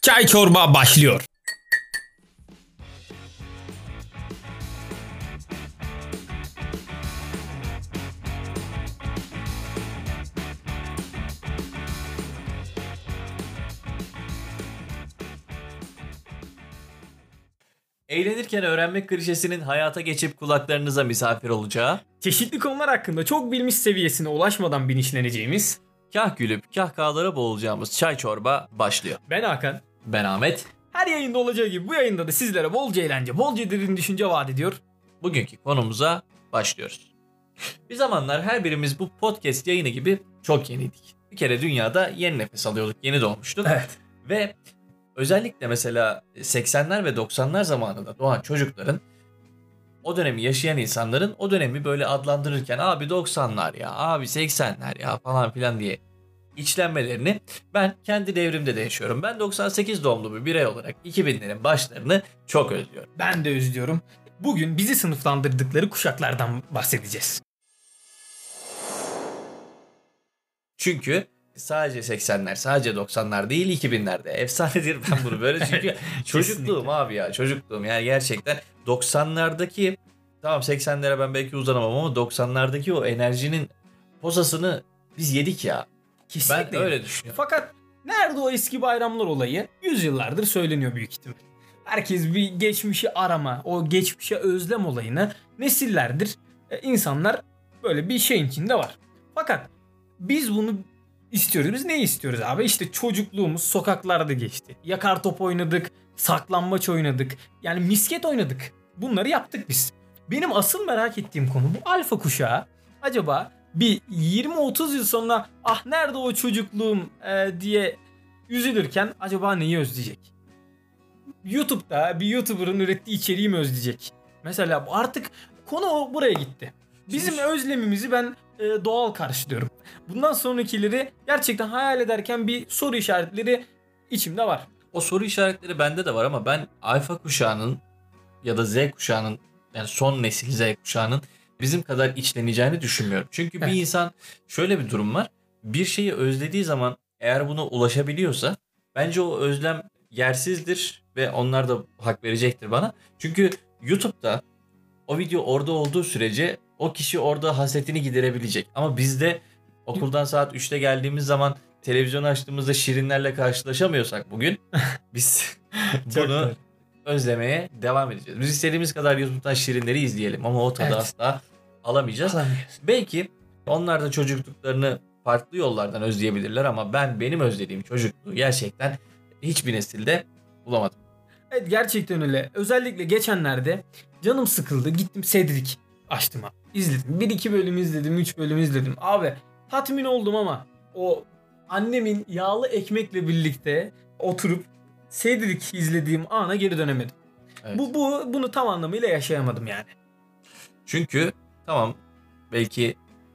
Çay çorba başlıyor. Eğlenirken öğrenmek klişesinin hayata geçip kulaklarınıza misafir olacağı, Çeşitli konular hakkında çok bilmiş seviyesine ulaşmadan bilinçleneceğimiz. kah gülüp kahkahalara boğulacağımız çay çorba başlıyor. Ben Hakan. Ben Ahmet. Her yayında olacağı gibi bu yayında da sizlere bolca eğlence, bolca derin düşünce vaat ediyor. Bugünkü konumuza başlıyoruz. Bir zamanlar her birimiz bu podcast yayını gibi çok yeniydik. Bir kere dünyada yeni nefes alıyorduk, yeni doğmuştuk. Evet. Ve özellikle mesela 80'ler ve 90'lar zamanında doğan çocukların, o dönemi yaşayan insanların o dönemi böyle adlandırırken abi 90'lar ya, abi 80'ler ya falan filan diye içlenmelerini ben kendi devrimde de yaşıyorum. Ben 98 doğumlu bir birey olarak 2000'lerin başlarını çok özlüyorum. Ben de özlüyorum. Bugün bizi sınıflandırdıkları kuşaklardan bahsedeceğiz. Çünkü sadece 80'ler, sadece 90'lar değil 2000'lerde. Efsanedir ben bunu böyle çünkü çocukluğum abi ya, çocukluğum yani gerçekten 90'lardaki, tamam 80'lere ben belki uzanamam ama 90'lardaki o enerjinin posasını biz yedik ya. Kesinlikle. Ben öyle düşünüyorum. Fakat nerede o eski bayramlar olayı? Yüzyıllardır söyleniyor büyük ihtimal. Herkes bir geçmişi arama, o geçmişe özlem olayını nesillerdir insanlar böyle bir şeyin içinde var. Fakat biz bunu istiyoruz. Biz ne istiyoruz abi? İşte çocukluğumuz sokaklarda geçti. Yakar top oynadık, saklambaç oynadık. Yani misket oynadık. Bunları yaptık biz. Benim asıl merak ettiğim konu bu alfa kuşağı. Acaba bir 20-30 yıl sonra ah nerede o çocukluğum diye üzülürken acaba neyi özleyecek? YouTube'da bir YouTuber'ın ürettiği içeriği mi özleyecek? Mesela artık konu buraya gitti. Bizim özlemimizi ben doğal karşılıyorum. Bundan sonrakileri gerçekten hayal ederken bir soru işaretleri içimde var. O soru işaretleri bende de var ama ben alfa kuşağının ya da Z kuşağının, yani son nesil Z kuşağının bizim kadar içleneceğini düşünmüyorum. Çünkü Evet. bir insan, şöyle bir durum var. Bir şeyi özlediği zaman eğer buna ulaşabiliyorsa bence o özlem yersizdir ve onlar da hak verecektir bana. Çünkü YouTube'da o video orada olduğu sürece o kişi orada hasretini giderebilecek. Ama bizde okuldan saat 3'te geldiğimiz zaman televizyonu açtığımızda şirinlerle karşılaşamıyorsak bugün biz bunu özlemeye devam edeceğiz. Biz istediğimiz kadar YouTube'dan şirinleri izleyelim ama o tadı Evet. asla alamayacağız. Belki onlar da çocukluklarını farklı yollardan özleyebilirler ama benim özlediğim çocukluğu gerçekten hiçbir nesilde bulamadım. Evet, gerçekten öyle. Özellikle geçenlerde canım sıkıldı. Gittim Cedric açtım abi. İzledim. 1-2 bölüm izledim. 3 bölüm izledim. Abi tatmin oldum ama o annemin yağlı ekmekle birlikte oturup Cedric izlediğim ana geri dönemedim. Evet. Bunu tam anlamıyla yaşayamadım yani. Çünkü tamam belki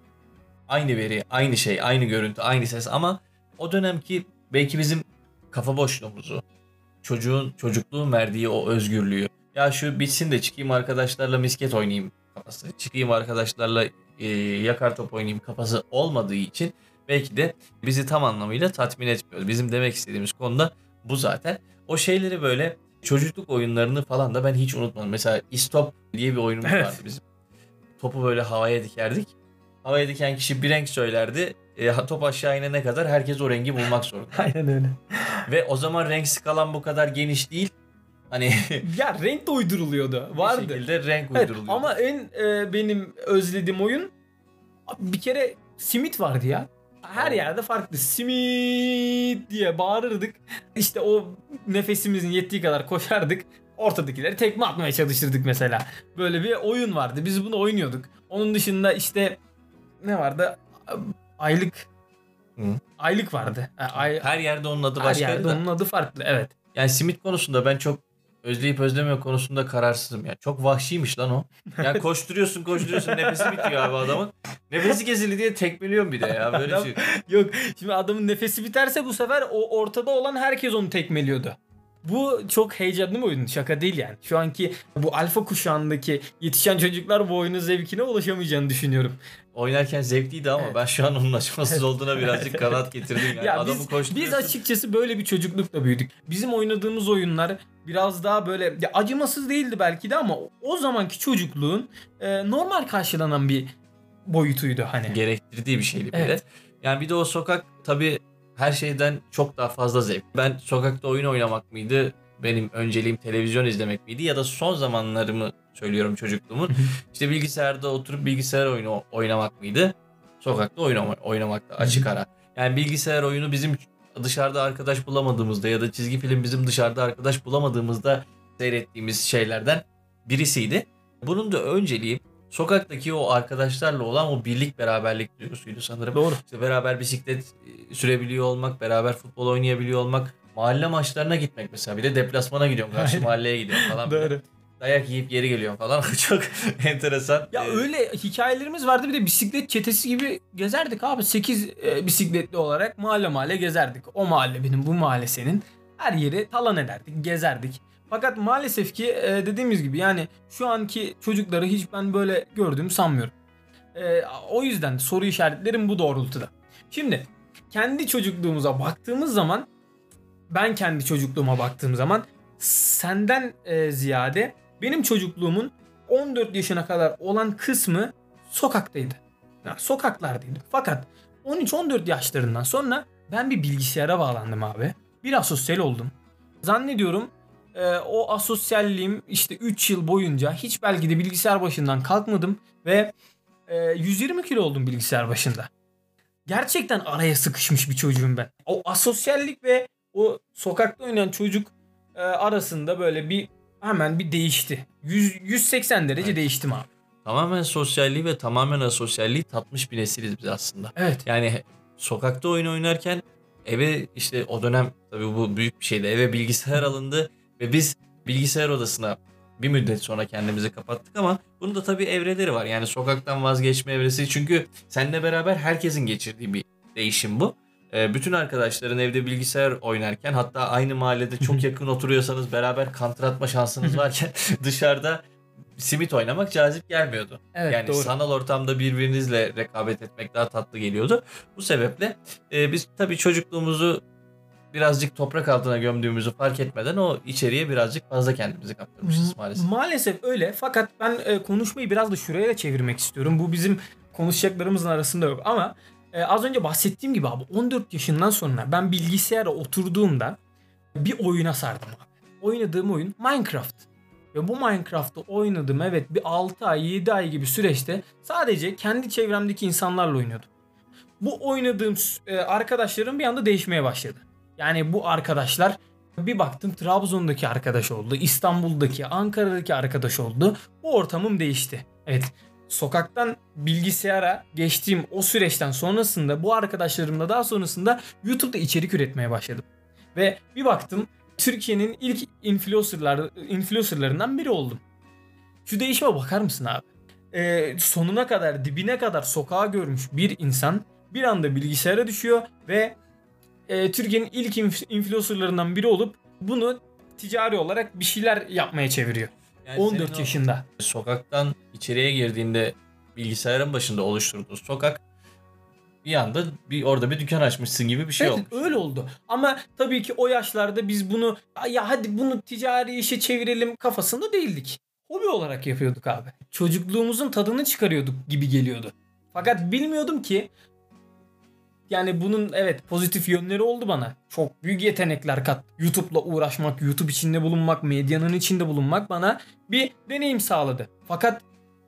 aynı veri, aynı şey, aynı görüntü, aynı ses ama o dönemki belki bizim kafa boşluğumuzu, çocukluğun verdiği o özgürlüğü, ya şu bitsin de çıkayım arkadaşlarla misket oynayayım kafası, çıkayım arkadaşlarla yakar top oynayayım kafası olmadığı için belki de bizi tam anlamıyla tatmin etmiyor. Bizim demek istediğimiz konuda bu zaten. O şeyleri böyle çocukluk oyunlarını falan da ben hiç unutmadım. Mesela İstop diye bir oyunumuz vardı bizim. Topu böyle havaya dikerdik. Havaya diken kişi bir renk söylerdi. Top aşağı inene kadar herkes o rengi bulmak zorunda. Aynen öyle. Ve o zaman renk skalan bu kadar geniş değil. Hani Ya renk de uyduruluyordu. Vardı. bir şekilde renk Evet, uyduruluyor. ama en benim özlediğim oyun bir kere simit vardı ya. Her yerde farklı. Simit diye bağırırdık. İşte o nefesimizin yettiği kadar koşardık. Ortadakileri tekme atmaya çalışırdık mesela. Böyle bir oyun vardı. Biz bunu oynuyorduk. Onun dışında işte ne vardı? Aylık. Hı. Aylık vardı. Her yerde onun adı Her başkaydı yerde da. onun adı farklı. Evet. Yani simit konusunda ben çok özleyip özlemiyor konusunda kararsızım ya. Çok vahşiymiş lan o. Yani koşturuyorsun nefesi bitiyor abi adamın. Nefesi kesildi diye tekmeliyorum bir de ya böyle şey. Yok, şimdi adamın nefesi biterse bu sefer o ortada olan herkes onu tekmeliyordu. Bu çok heyecanlı bir oyun. Şaka değil yani. Şu anki bu alfa kuşağındaki yetişen çocuklar bu oyunun zevkine ulaşamayacağını düşünüyorum. Oynarken zevkliydi ama Evet. ben şu an onun açmasız olduğuna birazcık Evet. kanaat getirdim. Yani Ya adamı biz koşturuyorsun. açıkçası böyle bir çocuklukla büyüdük. Bizim oynadığımız oyunlar biraz daha böyle ya acımasız değildi belki de ama o zamanki çocukluğun normal karşılanan bir boyutuydu hani. Gerektirdiği bir şeydi bir de. Evet. Yani bir de o sokak tabii her şeyden çok daha fazla zevk. Ben sokakta oyun oynamak mıydı? Benim önceliğim televizyon izlemek miydi? Ya da son zamanlarımı söylüyorum çocukluğumun. İşte bilgisayarda oturup bilgisayar oyunu oynamak mıydı? Sokakta oynamak da açık ara. Yani bilgisayar oyunu bizim dışarıda arkadaş bulamadığımızda ya da çizgi film bizim dışarıda arkadaş bulamadığımızda seyrettiğimiz şeylerden birisiydi. Bunun da önceliği sokaktaki o arkadaşlarla olan o birlik beraberlik duygusuydu sanırım. Doğru. İşte beraber bisiklet sürebiliyor olmak, beraber futbol oynayabiliyor olmak, mahalle maçlarına gitmek mesela. Bir de deplasmana gidiyorum, karşı Aynen. mahalleye gidiyorum falan. Doğru. Dayak yiyip geri geliyorum falan. Çok enteresan. Ya öyle hikayelerimiz vardı, bir de bisiklet çetesi gibi gezerdik abi. 8 bisikletli olarak mahalle mahalle gezerdik. O mahalle benim, bu mahalle senin. Her yeri talan ederdik, gezerdik. Fakat maalesef ki dediğimiz gibi yani şu anki çocukları hiç ben böyle gördüğümü sanmıyorum. O yüzden soru işaretlerim bu doğrultuda. Şimdi kendi çocukluğumuza baktığımız zaman, ben kendi çocukluğuma baktığım zaman senden ziyade benim çocukluğumun 14 yaşına kadar olan kısmı sokaktaydı. Yani sokaklardaydı. Fakat 13-14 yaşlarından sonra ben bir bilgisayara bağlandım abi. Bir asosyal oldum. Zannediyorum o asosyalliğim işte 3 yıl boyunca hiç belki de bilgisayar başından kalkmadım ve 120 kilo oldum bilgisayar başında. Gerçekten araya sıkışmış bir çocuğum ben. O asosyallik ve o sokakta oynayan çocuk arasında böyle bir hemen bir değişti. 180 derece Evet. değiştim abi. Tamamen sosyalliği ve tamamen asosyalliği tatmış bir nesiliz biz aslında. Evet. Yani sokakta oyun oynarken eve işte o dönem tabii bu büyük bir şeydi. Eve bilgisayar alındı ve biz bilgisayar odasına bir müddet sonra kendimizi kapattık ama bunun da tabii evreleri var. Yani sokaktan vazgeçme evresi, çünkü seninle beraber herkesin geçirdiği bir değişim bu. Bütün arkadaşların evde bilgisayar oynarken, hatta aynı mahallede çok yakın oturuyorsanız beraber counter atma şansınız varken dışarıda simit oynamak cazip gelmiyordu. Evet, Yani doğru. sanal ortamda birbirinizle rekabet etmek daha tatlı geliyordu. Bu sebeple biz tabii çocukluğumuzu birazcık toprak altına gömdüğümüzü fark etmeden o içeriye birazcık fazla kendimizi kaptırmışız maalesef. Maalesef öyle. Fakat ben konuşmayı biraz da şuraya da çevirmek istiyorum. Bu bizim konuşacaklarımızın arasında yok. Ama az önce bahsettiğim gibi abi 14 yaşından sonra ben bilgisayara oturduğumda bir oyuna sardım abi. Oynadığım oyun Minecraft. Ve bu Minecraft'ı oynadım, evet, bir 6 ay 7 ay gibi süreçte sadece kendi çevremdeki insanlarla oynuyordum. Bu oynadığım arkadaşlarım bir anda değişmeye başladı. Yani bu arkadaşlar bir baktım Trabzon'daki arkadaş oldu, İstanbul'daki, Ankara'daki arkadaş oldu. Bu ortamım değişti. Evet, sokaktan bilgisayara geçtiğim o süreçten sonrasında bu arkadaşlarımla daha sonrasında YouTube'da içerik üretmeye başladım. Ve bir baktım Türkiye'nin ilk influencerlarından biri oldum. Şu değişime bakar mısın abi? Sonuna kadar, dibine kadar sokağa görmüş bir insan bir anda bilgisayara düşüyor ve Türkiye'nin ilk influencerlarından biri olup bunu ticari olarak bir şeyler yapmaya çeviriyor. Yani 14 senin o yaşında. sokaktan içeriye girdiğinde bilgisayarın başında oluşturduğu sokak bir anda orada bir dükkan açmışsın gibi bir şey Evet, olmuş. öyle oldu. Ama tabii ki o yaşlarda biz bunu ya hadi bunu ticari işe çevirelim kafasında değildik. Hobi olarak yapıyorduk abi. Çocukluğumuzun tadını çıkarıyorduk gibi geliyordu. Fakat bilmiyordum ki yani bunun evet pozitif yönleri oldu bana. Çok büyük yetenekler kat. YouTube'la uğraşmak, YouTube içinde bulunmak, medyanın içinde bulunmak bana bir deneyim sağladı. Fakat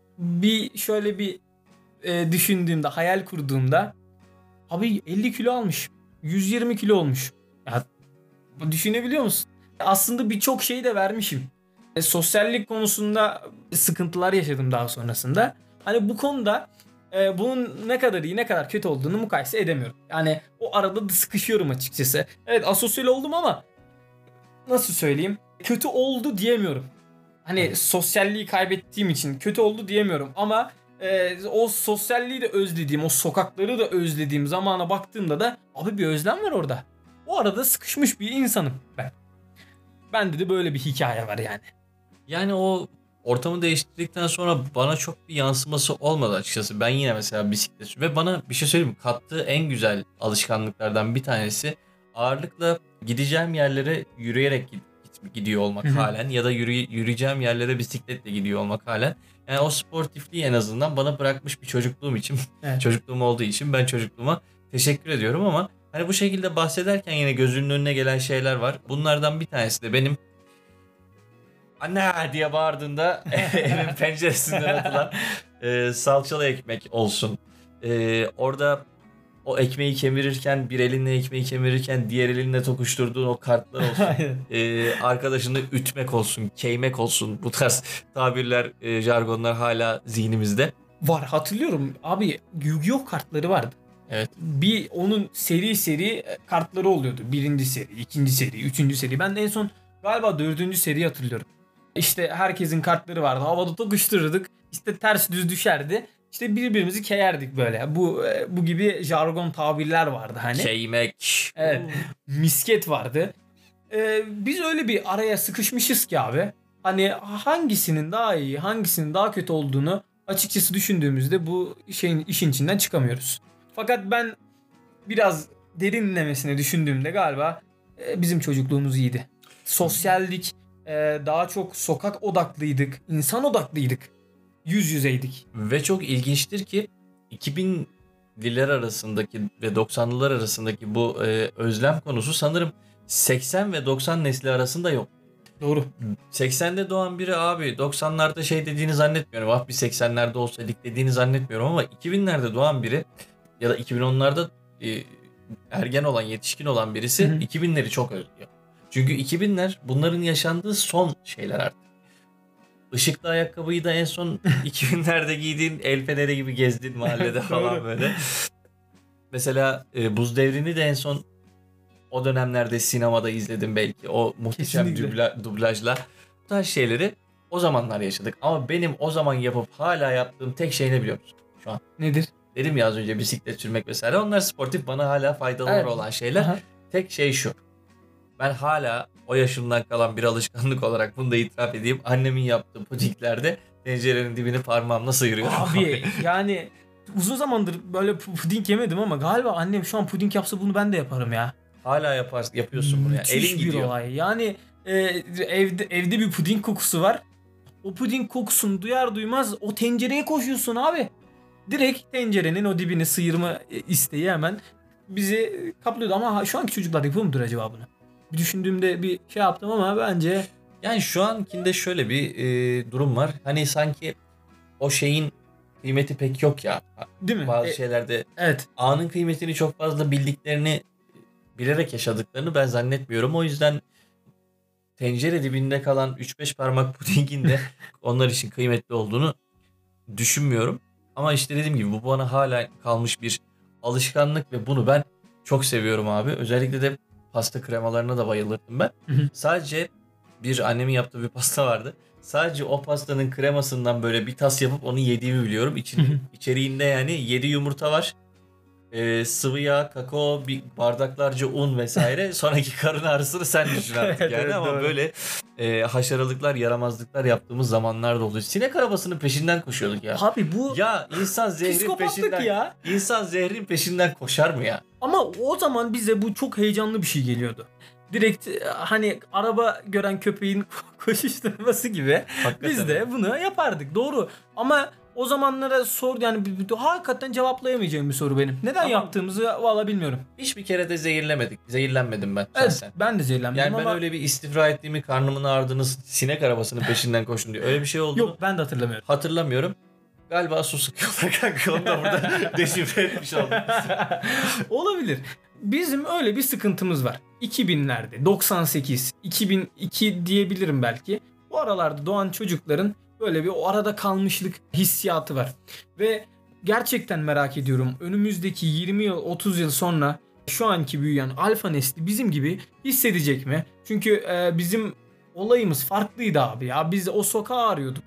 şöyle bir düşündüğümde, hayal kurduğumda abi 50 kilo almış. 120 kilo olmuş. Ya düşünebiliyor musun? Aslında birçok şeyi de vermişim. Sosyallik konusunda sıkıntılar yaşadım daha sonrasında. Hani bu konuda bunun ne kadar iyi ne kadar kötü olduğunu mukayese edemiyorum. Yani o arada da sıkışıyorum açıkçası. Evet, asosyal oldum ama nasıl söyleyeyim? Kötü oldu diyemiyorum. Hani sosyalliği kaybettiğim için kötü oldu diyemiyorum ama o sosyalliği de özlediğim, o sokakları da özlediğim zamana baktığımda da abi bir özlem var orada. O arada sıkışmış bir insanım ben. Bende de böyle bir hikaye var yani. Yani o ortamı değiştirdikten sonra bana çok bir yansıması olmadı açıkçası. Ben yine mesela bisiklet ve bana bir şey söyleyeyim mi? Kattığı en güzel alışkanlıklardan bir tanesi ağırlıkla gideceğim yerlere yürüyerek gidiyor olmak halen ya da yürüyeceğim yerlere bisikletle gidiyor olmak halen. Yani o sportifliği en azından bana bırakmış bir çocukluğum için, Evet. çocukluğum olduğu için ben çocukluğuma teşekkür ediyorum ama hani bu şekilde bahsederken yine gözünün önüne gelen şeyler var. Bunlardan bir tanesi de benim anne diye bağırdığında evin penceresinden atılan salçalı ekmek olsun. Orada o ekmeği kemirirken, bir elinle ekmeği kemirirken diğer elinle tokuşturduğun o kartlar olsun. Arkadaşını ütmek olsun, keymek olsun. Bu tarz tabirler, jargonlar hala zihnimizde. Var, hatırlıyorum. Abi Yu-Gi-Oh kartları vardı. Evet. Bir onun seri kartları oluyordu. 1. seri, 2. seri, 3. seri. Ben de en son galiba 4. seriyi hatırlıyorum. İşte herkesin kartları vardı. Havada tokuştururduk. İşte ters düz düşerdi. İşte birbirimizi keyerdik böyle. Bu gibi jargon tabirler vardı hani. Keymek. Evet. Misket vardı. Biz öyle bir araya sıkışmışız ki abi. Hani hangisinin daha iyi, hangisinin daha kötü olduğunu açıkçası düşündüğümüzde bu işin içinden çıkamıyoruz. Fakat ben biraz derinlemesine düşündüğümde galiba bizim çocukluğumuz iyiydi. Sosyallik, daha çok sokak odaklıydık, insan odaklıydık. Yüz yüzeydik. Ve çok ilginçtir ki 2000'liler arasındaki ve 90'lılar arasındaki bu özlem konusu sanırım 80 ve 90 nesli arasında yok. Doğru. 80'de doğan biri abi 90'larda şey dediğini zannetmiyorum. Ah bir 80'lerde olsaydık dediğini zannetmiyorum ama 2000'lerde doğan biri ya da 2010'larda ergen olan, yetişkin olan birisi 2000'leri çok özlüyor. Çünkü 2000'ler bunların yaşandığı son şeyler artık. Işıklı ayakkabıyı da en son 2000'lerde giydiğin el feneri gibi gezdin mahallede falan böyle. Mesela Buz Devri'ni de en son o dönemlerde sinemada izledim belki. O muhteşem dublajla. Bu tarz şeyleri o zamanlar yaşadık. Ama benim o zaman yapıp hala yaptığım tek şey ne biliyor musun şu an? Nedir? Dedim ya az önce bisiklet sürmek vesaire. Onlar sportif, bana hala faydaları olan şeyler. Aha. Tek şey şu. Ben hala o yaşımdan kalan bir alışkanlık olarak bunu da itiraf edeyim. Annemin yaptığı pudinglerde tencerenin dibini parmağımla sıyırıyorum. Abi yani uzun zamandır böyle puding yemedim ama galiba annem şu an puding yapsa bunu ben de yaparım ya. Hala yapıyorsun bunu ya. Elin gidiyor. Bir olay. Yani evde bir puding kokusu var. O puding kokusunu duyar duymaz o tencereye koşuyorsun abi. Direkt tencerenin o dibini sıyırma isteği hemen bizi kaplıyordu ama şu anki çocuklar yapıyor mudur acaba bunu? Bir düşündüğümde bir şey yaptım ama bence... Yani şu ankinde şöyle bir durum var. Hani sanki o şeyin kıymeti pek yok ya. Değil mi? Bazı şeylerde evet. Anın kıymetini çok fazla bildiklerini, bilerek yaşadıklarını ben zannetmiyorum. O yüzden tencere dibinde kalan 3-5 parmak pudingin de onlar için kıymetli olduğunu düşünmüyorum. Ama işte dediğim gibi bu bana hala kalmış bir alışkanlık ve bunu ben çok seviyorum abi. Özellikle de pasta kremalarına da bayılırdım ben. Sadece bir annemin yaptığı bir pasta vardı. Sadece o pastanın kremasından böyle bir tas yapıp onu yediğimi biliyorum. İçeriğinde yani 7 yumurta var. Sıvı yağ, kakao, bir bardaklarca un vesaire. Sonraki karın ağrısını sen düşün artık yani. Evet, ama doğru. Böyle haşaralıklar, yaramazlıklar yaptığımız zamanlar da oldu. Sinek arabasının peşinden koşuyorduk ya. Abi bu ya insan zehrin peşinden ya. İnsan zehrin peşinden koşar mı ya? Ama o zaman bize bu çok heyecanlı bir şey geliyordu. Direkt hani araba gören köpeğin koşuşturması gibi. Hakikaten biz de bunu yapardık. Doğru. Ama o zamanlara sor yani hakikaten cevaplayamayacağım bir soru benim. Neden yaptığımızı valla bilmiyorum. Hiçbir kere de zehirlenmedim ben. Evet, ben de zehirlenmedim yani ama. Ben öyle bir istifra ettiğimi, karnımın ağrıdığınız sinek arabasının peşinden koştum diye. Öyle bir şey oldu. Yok, ben de hatırlamıyorum. Hatırlamıyorum. Galiba su sıkıyorlar kanka. Onu da burada deşifre etmiş oldum. Olabilir. Bizim öyle bir sıkıntımız var. 2000'lerde, 98, 2002 diyebilirim belki. Bu aralarda doğan çocukların böyle bir o arada kalmışlık hissiyatı var. Ve gerçekten merak ediyorum. Önümüzdeki 20 yıl, 30 yıl sonra şu anki büyüyen alfa nesli bizim gibi hissedecek mi? Çünkü bizim olayımız farklıydı abi ya. Biz o sokağı arıyorduk.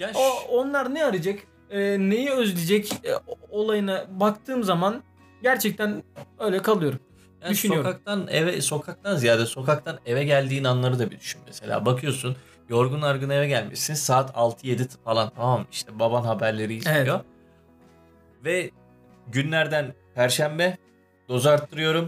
Onlar ne arayacak? Neyi özleyecek olayına baktığım zaman gerçekten öyle kalıyorum. Yani düşünüyorum. sokaktan ziyade sokaktan eve geldiğin anları da bir düşün mesela. Bakıyorsun yorgun argın eve gelmişsin. Saat 6-7 falan, tamam mı? İşte baban haberleri izliyor. Evet. Ve günlerden Perşembe, doz arttırıyorum.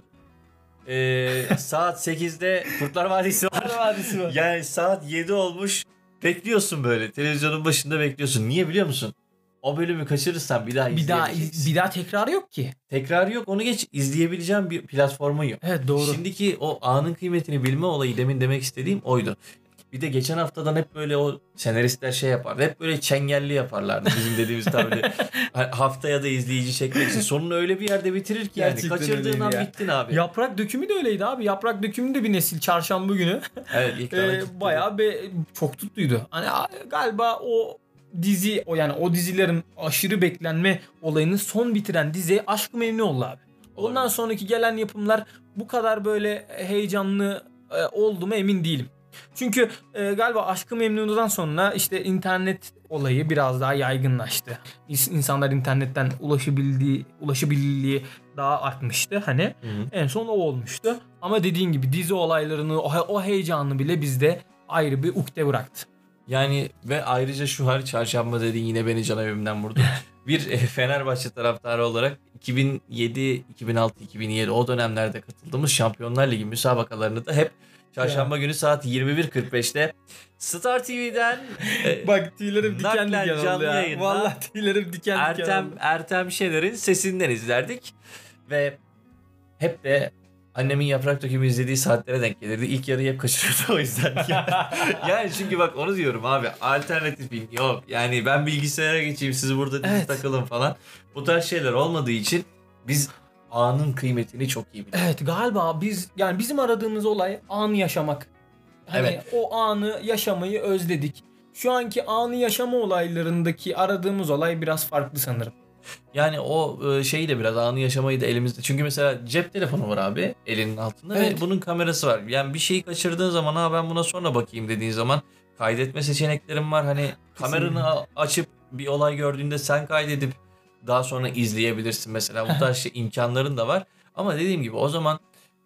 Saat 8'de Kurtlar Vadisi var. Yani saat 7 olmuş. Bekliyorsun böyle. Televizyonun başında bekliyorsun. Niye biliyor musun? O bölümü kaçırırsan bir daha izleyemeyeceksin. Bir daha tekrarı yok ki. Tekrarı yok. Onu geç, izleyebileceğim bir platformun yok. Evet, doğru. Şimdiki o anın kıymetini bilme olayı, demin demek istediğim oydu. Bir de geçen haftadan hep böyle o senaristler şey yapardı. Hep böyle çengelli yaparlardı bizim dediğimiz tabirle. Haftaya da izleyici çekmek için. Sonunu öyle bir yerde bitirir ki yani. Gerçekten Kaçırdığın an öyleydi ya. bittin abi. Yaprak Dökümü de öyleydi abi. Yaprak Dökümü de bir nesil çarşamba günü. Evet, ekrana gitti. Bayağı çok tutluydu. Hani galiba o dizi, o dizilerin aşırı beklenme olayını son bitiren dizi Aşk-ı Memnu oldu abi. Ondan sonraki gelen yapımlar bu kadar böyle heyecanlı oldu mu emin değilim. Çünkü galiba Aşk-ı Memnu'dan sonra işte internet olayı biraz daha yaygınlaştı. İnsanlar internetten ulaşabilirliği daha artmıştı hani. Hı-hı. En son o olmuştu. Ama dediğin gibi dizi olaylarını, o heyecanı bile bizde ayrı bir ukde bıraktı. Yani ve ayrıca şu hariç, çarşamba dediğin yine beni can evimden vurdu. Bir Fenerbahçe taraftarı olarak 2007, 2006, 2007 o dönemlerde katıldığımız Şampiyonlar Ligi müsabakalarını da hep çarşamba günü saat 21.45'te Star TV'den bak tüylerim diken diken oldu ya. yayında Vallahi tüylerim diken diken oldu. Ertem Şener'in sesinden izlerdik. Ve hep de annemin Yaprak Dökümü izlediği saatlere denk gelirdi. İlk yarıyı hep kaçırıyordu o yüzden. Yani çünkü bak onu diyorum abi. Alternatif yok. Yani ben bilgisayara geçeyim, siz burada dizi takılın falan. Bu tarz şeyler olmadığı için biz anın kıymetini çok iyi biliyoruz. Evet, galiba bizim aradığımız olay anı yaşamak. Hani Evet. o anı yaşamayı özledik. Şu anki anı yaşama olaylarındaki aradığımız olay biraz farklı sanırım. Yani o şeyi de biraz, anı yaşamayı da elimizde. Çünkü mesela cep telefonu var abi elinin altında ve bunun kamerası var. Yani bir şeyi kaçırdığın zaman ben buna sonra bakayım dediğin zaman kaydetme seçeneklerim var. Hani kameranı açıp bir olay gördüğünde sen kaydedip daha sonra izleyebilirsin mesela. Bu tarz imkanların da var. Ama dediğim gibi o zaman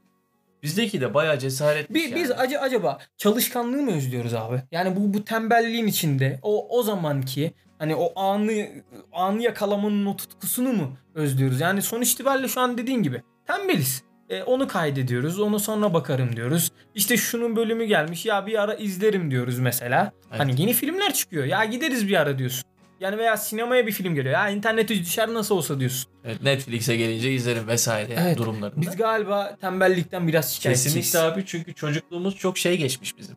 bizdeki de bayağı cesaret. Biz acaba çalışkanlığı mı özlüyoruz abi? Yani bu tembelliğin içinde o zamanki hani o anı yakalamanın o tutkusunu mu özlüyoruz? Yani sonuç itibariyle şu an dediğin gibi tembeliz. Onu kaydediyoruz. Onu sonra bakarım diyoruz. İşte şunun bölümü gelmiş. Ya bir ara izlerim diyoruz mesela. Evet. Hani yeni filmler çıkıyor. Ya gideriz bir ara diyorsun. Yani veya sinemaya bir film geliyor. Ya internete düşer nasıl olsa diyorsun. Evet, Netflix'e gelince izlerim vesaire durumlarında. Biz galiba tembellikten biraz şikayetçiyiz. Kesinlikle abi, çünkü çocukluğumuz çok geçmiş bizim.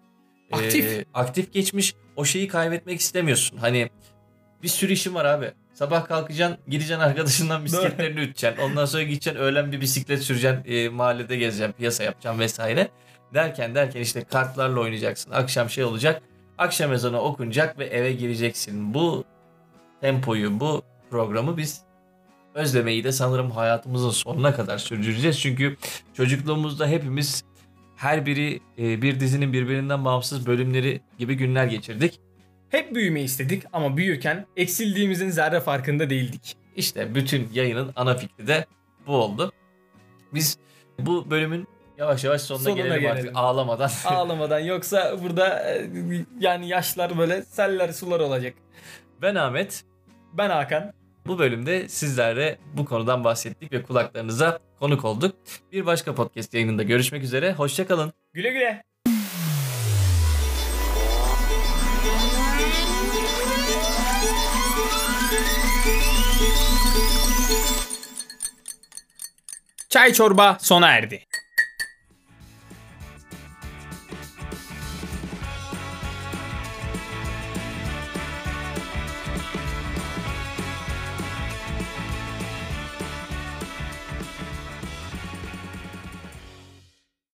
Aktif geçmiş. O şeyi kaybetmek istemiyorsun. Hani bir sürü işin var abi. Sabah kalkacaksın, gideceksin arkadaşından bisikletlerini üteceksin. Ondan sonra gideceksin, öğlen bir bisiklet süreceksin, mahallede gezeceksin, piyasa yapacaksın vesaire. Derken işte kartlarla oynayacaksın. Akşam olacak. Akşam ezanı okunacak ve eve gireceksin. Bu tempoyu, bu programı biz özlemeyi de sanırım hayatımızın sonuna kadar sürdüreceğiz. Çünkü çocukluğumuzda hepimiz her biri bir dizinin birbirinden bağımsız bölümleri gibi günler geçirdik. Hep büyümeyi istedik ama büyürken eksildiğimizin zerre farkında değildik. İşte bütün yayının ana fikri de bu oldu. Biz bu bölümün yavaş yavaş sonuna gelelim artık ağlamadan. Ağlamadan, yoksa burada yani yaşlar böyle seller sular olacak. Ben Ahmet. Ben Hakan. Bu bölümde sizlerle bu konudan bahsettik ve kulaklarınıza konuk olduk. Bir başka podcast yayınında görüşmek üzere. Hoşça kalın. Güle güle. Çay çorba sona erdi.